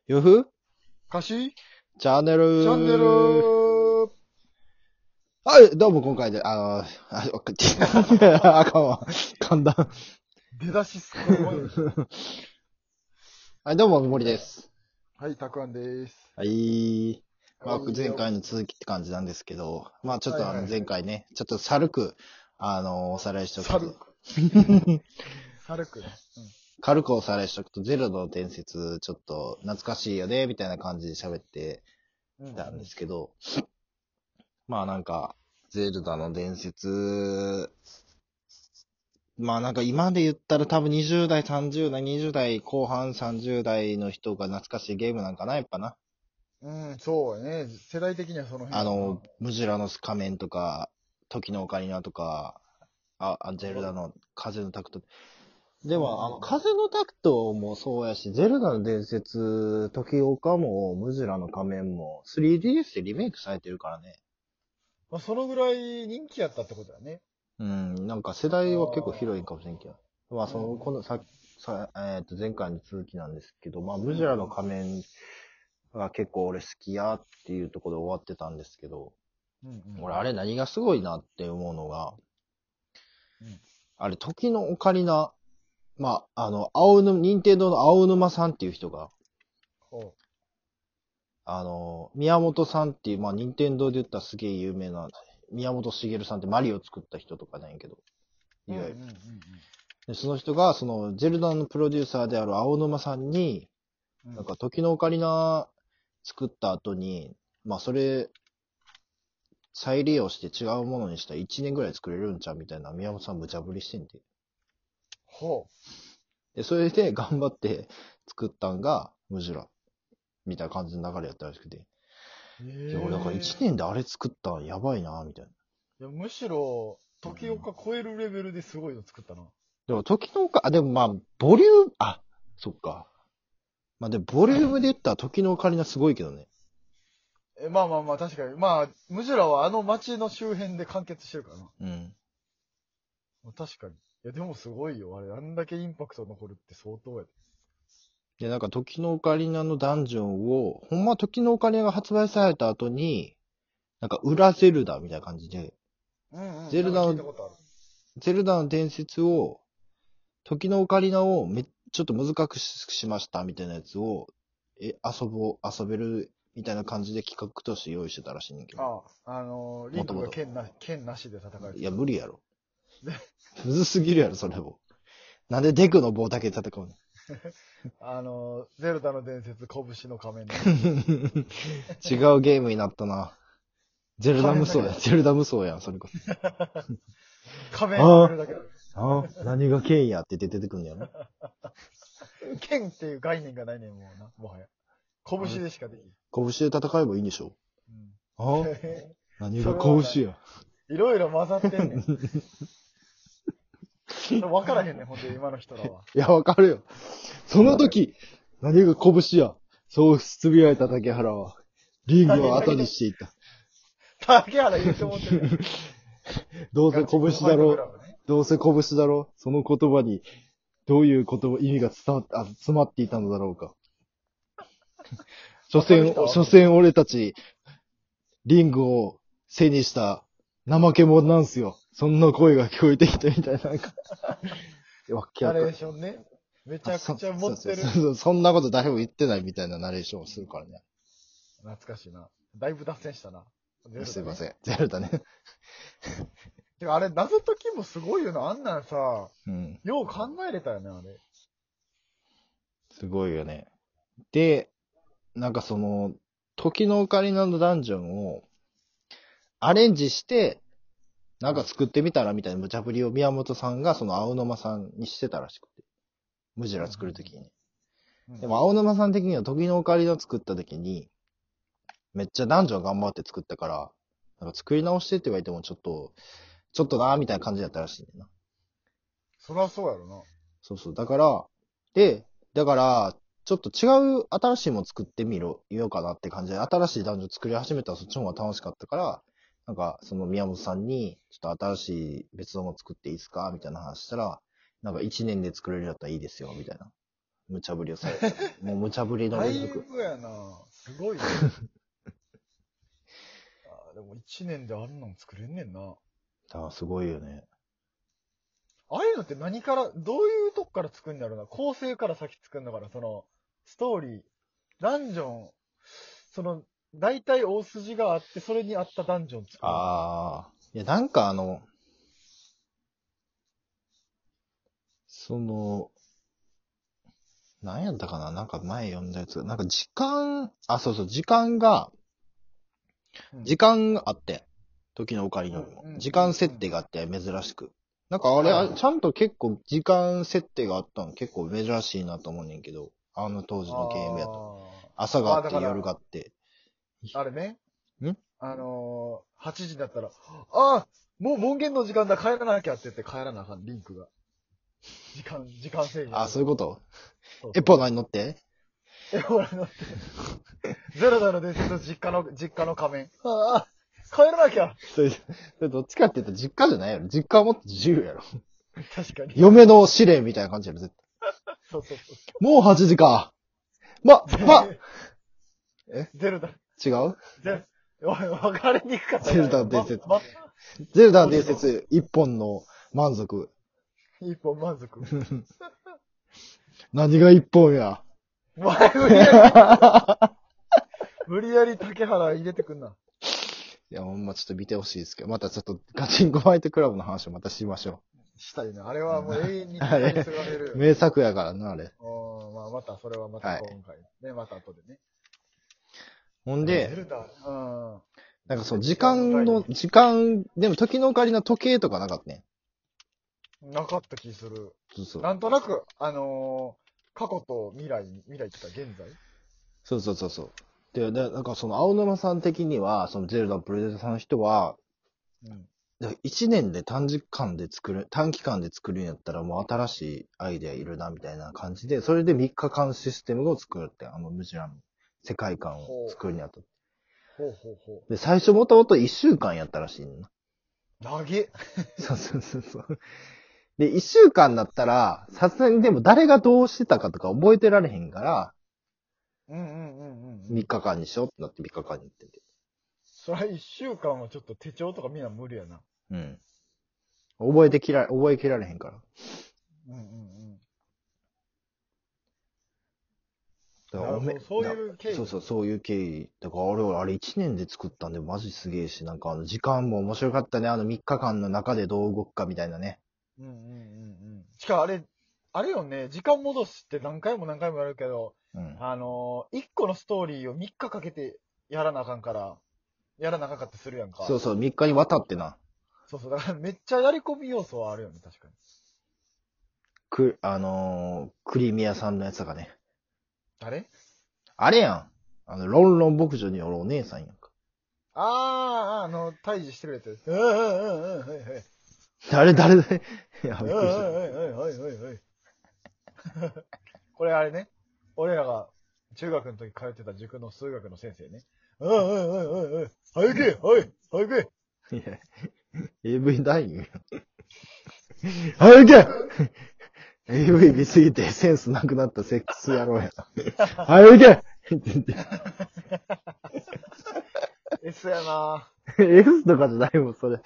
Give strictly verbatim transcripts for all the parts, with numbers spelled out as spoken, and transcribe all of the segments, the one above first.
よふ歌詞チャンネルチャンネルはい、どうも今回で、あの、あ、送って、あかんわ。噛んだ。 出だしすっごいうまいね。 はい、どうも、森です。 はい、たくあんです。 はい。まあ、 はい前回の続きって感じなんですけど、まあ、ちょっとあの、 はいはいはい前回ね、ちょっと軽く、あの、おさらいしとくと、 サルク。サルクね。 軽くおさらいしとくと、ゼルダの伝説、ちょっと懐かしいよね、みたいな感じで喋ってうん。うん、 たんですけど、まあなんか、ゼルダの伝説、まあなんか今で言ったら多分にじゅう代、さんじゅう代、にじゅう代後半さんじゅう代の人が懐かしいゲームなんかな、やっぱな。 うん。うん、そうやね。世代的にはその辺やな。 あの、ムジュラの仮面とか、時のオカリナとか、あ、あゼルダの風のタクト。でも、あの、風のタクトもそうやし、ゼルダの伝説、時岡も、ムジュラの仮面も、スリーディーエス でリメイクされてるからね。 まあ、そのぐらい人気やったってことだね。 うん、なんか世代は結構広いかもしれんけど。まあ、その、 うんこのさ、さ、えっと、前回の続きなんですけど、まあ、ムジュラの仮面が結構俺好きやっていうところで終わってたんですけど、 うんうん。 俺あれ何がすごいなって思うのが、 うんあれ時のオカリナ、まあ、あの、青沼、任天堂の青沼さんっていう人が、 ほあの、宮本さんっていう、まあ、任天堂で言ったらすげえ有名な、宮本茂さんってマリオ作った人とかなんやけど、 う。 いわゆる。 うんうんうんで、その人が、その、ゼルダのプロデューサーである青沼さんに、 うん。 なんか時のオカリナ作った後に、まあ、それ、再利用して違うものにしたらいちねんぐらい作れるんちゃうみたいな宮本さん無茶ぶりしてんで。 ほで、それで頑張って作ったんが、ムジュラ。みたいな感じの流れやったらしくて。 う。 いや、俺だからえいちねんであれ作ったんやばいなみたいな。 え。いや、むしろ、時岡超えるレベルですごいの作ったな。 でも時のか、あ、でもまあ、ボリューム、あ、そっか。まあでも、ボリュームで言ったら時のオカリナすごいけどね。 え、まあまあまあ、確かに。まあ、ムジュラはあの街の周辺で完結してるからな。 うん。 確かに。いや、でもすごいよ。あれ、あんだけインパクト残るって相当やで。 で、なんか時のオカリナのダンジョンを、ほんま時のオカリナが発売された後に、なんか裏ゼルダみたいな感じで、 うんうん。 ゼルダのなんか聞いたことある。 ゼルダの伝説を、時のオカリナをめ、ちょっと難くしましたみたいなやつを、え、遊ぼう、遊べるみたいな感じで企画として用意してたらしいねんけど。 ああ、あのー、リンクもともと。 が剣な、剣なしで戦える。 いや、無理やろ。 で、 むずすぎるやろ、それも。なんでデクの棒だけで戦うのあのー、ゼルダの伝説、拳の仮面の。 違うゲームになったな。ゼルダ無双や。ゼルダ無双やん、それこそ。 仮面はめるだけだ。 ああ、何が剣やって言って出てくんねやろ。 剣っていう概念がないねん、もうな、もはや。拳でしかできん。 拳で戦えばいいんでしょうんああ、何が拳や。 いろいろ混ざってんねん。それ分からへんねん、ほんで、今の人らは。 いや、わかるよ。その時、何が拳や。そうつぶやいた竹原は、リングを後にしていた。 竹原言ってもってるやん。 どうせ拳だガチンコファイトろクラブね。 どうせ拳だろその言葉に、どういう言葉、意味が伝わっあ、詰まっていたのだろうか。所詮、所詮俺たち、リングを背にした怠け者なんすよ。そんな声が聞こえてきたみたいな。なんかわけナレわかーションね。めちゃくちゃ持ってる。 そうそうそうそんなこと誰も言ってないみたいなナレーションをするからね。 懐かしいな。だいぶ脱線したな。ん。 すいません。ゼルダね。 てか、あれ、謎解きもすごいよな。あんなんさ、 うん。 よう考えれたよね、あれ。 すごいよね。で、なんかその、時のオカリナのダンジョンをアレンジして、なんか作ってみたらみたいな無茶ぶりを宮本さんがその青沼さんにしてたらしくて。ムジュラ作るときに。 うんでも青沼さん的には時のオカリナを作ったときに、めっちゃダンジョン頑張って作ったから、なんか作り直してって言われてもちょっと、ちょっとなーみたいな感じだったらしいんだよな。 そりゃそうやろな。 そうそう。だから、で、だから、ちょっと違う新しいもの作ってみろ、言おうかなって感じで、新しいダンジョン作り始めたらそっちの方が楽しかったから、なんか、その宮本さんに、ちょっと新しい別のもの作っていいですかみたいな話したら、なんか一年で作れるやったらいいですよ、みたいな。 無茶ぶりをされた。もう無茶ぶりのだい連続。 ぶやな。すごいね。あでも一年であんなん作れんねんな。 だからすごいよね。 ああいうのって何から、どういうとこから作るんだろうな。構成から先作るんだから、その、ストーリー、ダンジョン、その、大体大筋があって、それに合ったダンジョン作る。 ああ。いや、なんかあの、その、なんやったかななんか前読んだやつ。なんか時間、あ、そうそう、時間が、 うん時間があって、時のオカリナにもうんうん。 時間設定があって珍しく。なんかあれ、 はいあちゃんと結構時間設定があったの結構珍しいなと思うねんけど、あの当時のゲームやと。 あ朝があってあだから夜があって。 あ、あれね。 んあのー、はちじだったら、ああもう門限の時間だ、帰らなきゃって言って帰らなあかん、リンクが。時間、時間制限。 あ、そういうことそうエポ何乗ってえ、ほら、だって。ゼロダの伝説、実家の、実家の仮面。ああ、帰らなきゃ。 それ、それどっちかって言ったら実家じゃないやろ。実家はもっと自由やろ。 確かに。 嫁の試練みたいな感じやろ、絶対。 そうそうそもうはちじか。ま、 う。 ま、えゼルダ。 違うゼル、おい、分かりにくかったな。 ゼルダの伝説ま、ま、 ゼルダの伝説一本の満足。 一本満足。 何が一本や。 前無理やり、無理やり竹原入れてくんな。 いや、ほんまちょっと見てほしいですけど、またちょっとガチンコファイトクラブの話をまたしましょしたいな。あれはもう永遠に語り継がれう。 る。 名作やからな、あれ。 うんまあ、また、それはまた今回。ね、また後でね。ゼほんで、 ルダ、うん。 なんかその時間の、時間、でも時のオカリナ時計とかなかったね。 なかった気する。 そうそう。 なんとなく、あのー過去と未来、未来って言ったら現在そうそうそうそう。で、でなんかその青沼さん的には、そのゼルダのプレゼンターの人は、 うん。 一年で短時間で作る、短期間で作るんやったらもう新しいアイデアいるな、みたいな感じで、それでみっかかんシステムを作るって、あの、ムジュラの世界観を作るにあたって。 ほうほうほで、最初もともといっしゅうかんやったらしいねんな。 う。投げ。 そうそうそうそう。で、いっしゅうかんだったら、さすがにでも誰がどうしてたかとか覚えてられへんから、 うんうんうんうん。 みっかかんにしようってなってみっかかんに行ってて。 それ一週間はちょっと手帳とかみんな無理やな。 うん。覚えてきら、覚えきられへんから。 うんうんうん。 だからおめなるほどそういう経緯そうそう、そういう経緯。だから俺、あれいちねんで作ったんでマジすげえし、なんかあの時間も面白かったね。あのみっかかんの中でどう動くかみたいなね。 うんうんうんうん。しかもあれ、あれよね、時間戻しって何回も何回もやるけど、 うん。 あのー、一個のストーリーをみっかかけてやらなあかんから、やらなあかんかってするやんか。 そうそう、みっかにわたってな。 そうそう。だからめっちゃやり込み要素はあるよね、確かに。 く、あのー、クリミアさんのやつがね。 誰あれやん。あの、ロンロン牧場におるお姉さんやんか。 あー、あの、退治してくれて。うんうんうんうん、はいはい。 誰誰でいや、 うんうんびっくりした。 はいはいはいはいはい。これあれね、俺らが中学の時通ってた塾の数学の先生ね。うんうんうんうんうん。早くはい早くいや、エーブイ 男優やん。早くエーブイ 見すぎてセンスなくなったセックス野郎やな。早く S やな !S とかじゃないもん、それ。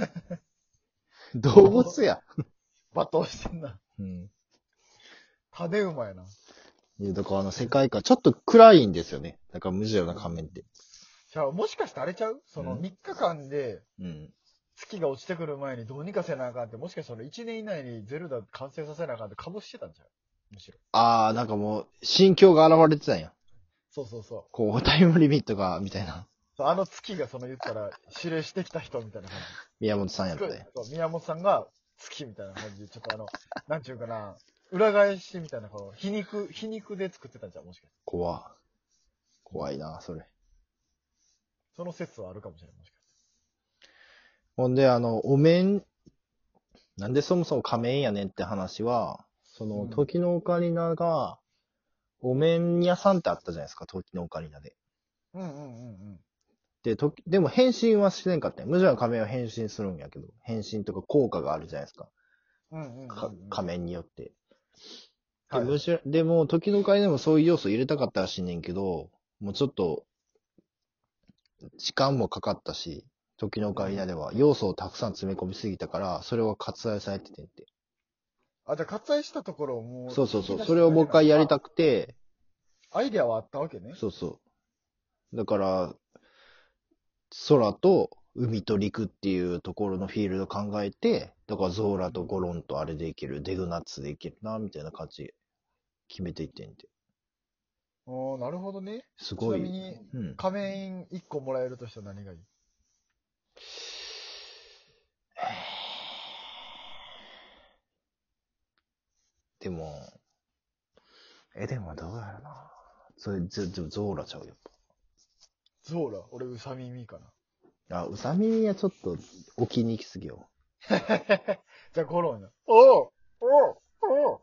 動物や。 罵倒してんな。 うん。 種馬やな。 いや、だからあの世界観、ちょっと暗いんですよね。だから無邪な仮面って。 じゃあ、もしかしてあれちゃうそのうんみっかかんでうん。 月が落ちてくる前にどうにかせなあかんって、もしかしてそのいちねん以内にゼルダ完成させなあかんってかぶしてたんちゃうむしろ。 あー、なんかもう、心境が現れてたんや。 そうそうそう。 こう、タイムリミットが、みたいな。 そうあの月がその言ったら指令してきた人みたいな感じ。 宮本さんやったね。 そう宮本さんが月みたいな感じで、ちょっとあの、なんちゅうかな、裏返しみたいな、この皮肉、皮肉で作ってたんじゃん、もしかして。 怖。怖いな、それ。 その説はあるかもしれない、もしかして。 ほんで、あの、お面、なんでそもそも仮面やねんって話は、その、 うん時のオカリナが、お面屋さんってあったじゃないですか、時のオカリナで。 うんうんうんうん。 で、とでも変身はしねんかったよ。無邪の仮面は変身するんやけど、変身とか効果があるじゃないですか。 うんうんうんうんか仮面によって。 でむしろでも、時の会でもそういう要素入れたかったらしいねんけど、もうちょっと、時間もかかったし、時の会では要素をたくさん詰め込みすぎたから、それは割愛されててんて。 あ、じゃあ割愛したところをもう。 そうそうそう。それをもう一回やりたくて、 アイデアはあったわけね。 そうそう。だから、空と海と陸っていうところのフィールド考えて、だからゾーラとゴロンとあれでいける、デグナッツでいけるな、みたいな感じで決めていってんて。 おー、なるほどね。 すごい。 ちなみに、 うん。 仮面いっこもらえるとしたら何がいい？ でも、え、でもどうやろな。それ、ず、ず、ゾーラちゃうよ。 ゾーラ。俺、ウサ耳かな。 あ、ウサ耳はちょっと置きに行きすぎよ。 じゃあ、ゴロンや。おおおお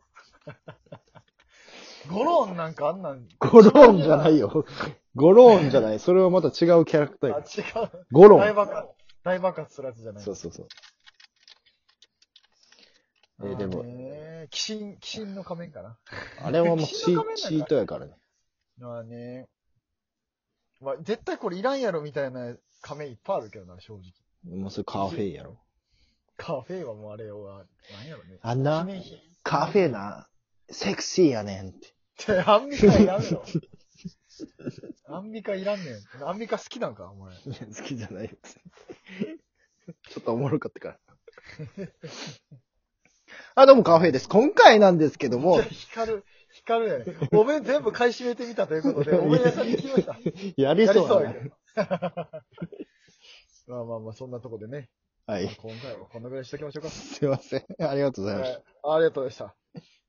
ゴロンなんかあんなん。 ゴローンじゃないよ。ゴローンじゃない。それはまた違うキャラクターあ、 よ。 違う。 ゴロン。 大爆発。大爆発するやつじゃない。 そうそうそう。えあーーでも、 ねー、鬼神、鬼神の仮面かな。 あれはもうチ鬼の仮面なんかチートやからね。 まあね。まあ、絶対これいらんやろみたいな仮面いっぱいあるけどな、正直。 もうそれカフェやろ。 カフェはもうあれは、なんやろね。 あんな記念碑カフェな、セクシーやねんって。 ってアンミカいらんよ。アンミカいらんねん。アンミカ好きなんかお前。 いや、好きじゃないよ。ちょっとおもろかったから。あ、どうもカフェです。今回なんですけども、 光る、光るやね。お面全部買い占めてみたということで、お面屋さんに来ました。 やりやりそうだね。 そうやけど。まあまあまあ、そんなとこでね。 はい。 今回はこんなぐらいにしときましょうか。 すいません。ありがとうございました。 はいありがとうございました。